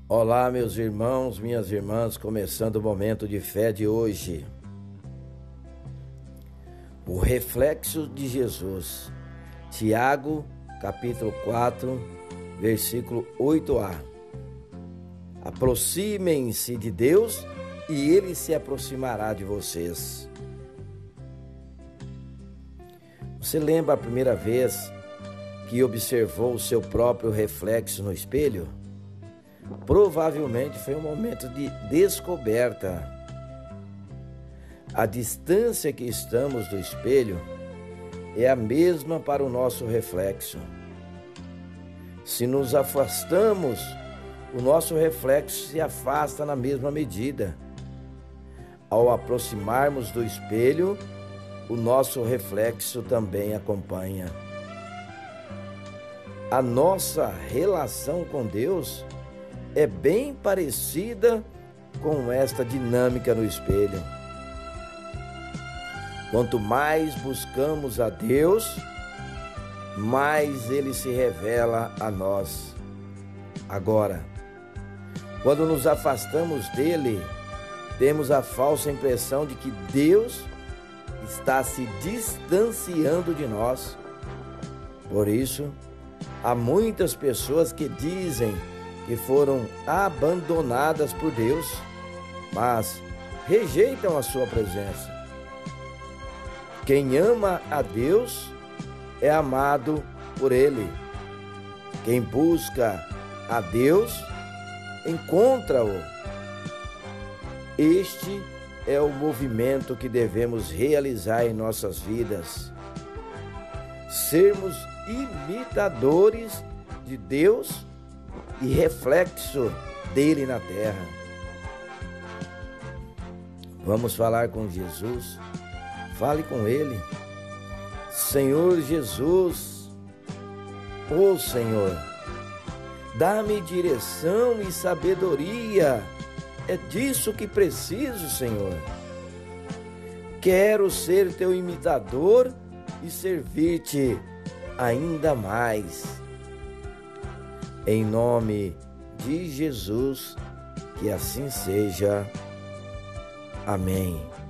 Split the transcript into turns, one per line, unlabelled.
Olá, meus irmãos, minhas irmãs, começando o momento de fé de hoje. O reflexo de Jesus. Tiago, capítulo 4, versículo 8a. Aproximem-se de Deus e Ele se aproximará de vocês. Você lembra a primeira vez que observou o seu próprio reflexo no espelho? Provavelmente foi um momento de descoberta. A distância que estamos do espelho é a mesma para o nosso reflexo. Se nos afastamos, o nosso reflexo se afasta na mesma medida. Ao aproximarmos do espelho, o nosso reflexo também acompanha. A nossa relação com Deus é bem parecida com esta dinâmica no espelho. Quanto mais buscamos a Deus, mais Ele se revela a nós. Agora, quando nos afastamos dele, temos a falsa impressão de que Deus está se distanciando de nós. Por isso, há muitas pessoas que dizem que foram abandonadas por Deus, mas rejeitam a sua presença. Quem ama a Deus é amado por Ele. Quem busca a Deus, encontra-o. Este é o movimento que devemos realizar em nossas vidas. Sermos imitadores de Deus e reflexo dele na terra. Vamos falar com Jesus. Fale com ele. Senhor Jesus, ô Senhor, dá-me direção e sabedoria. É disso que preciso, Senhor. Quero ser teu imitador e servir-te ainda mais. Em nome de Jesus, que assim seja. Amém.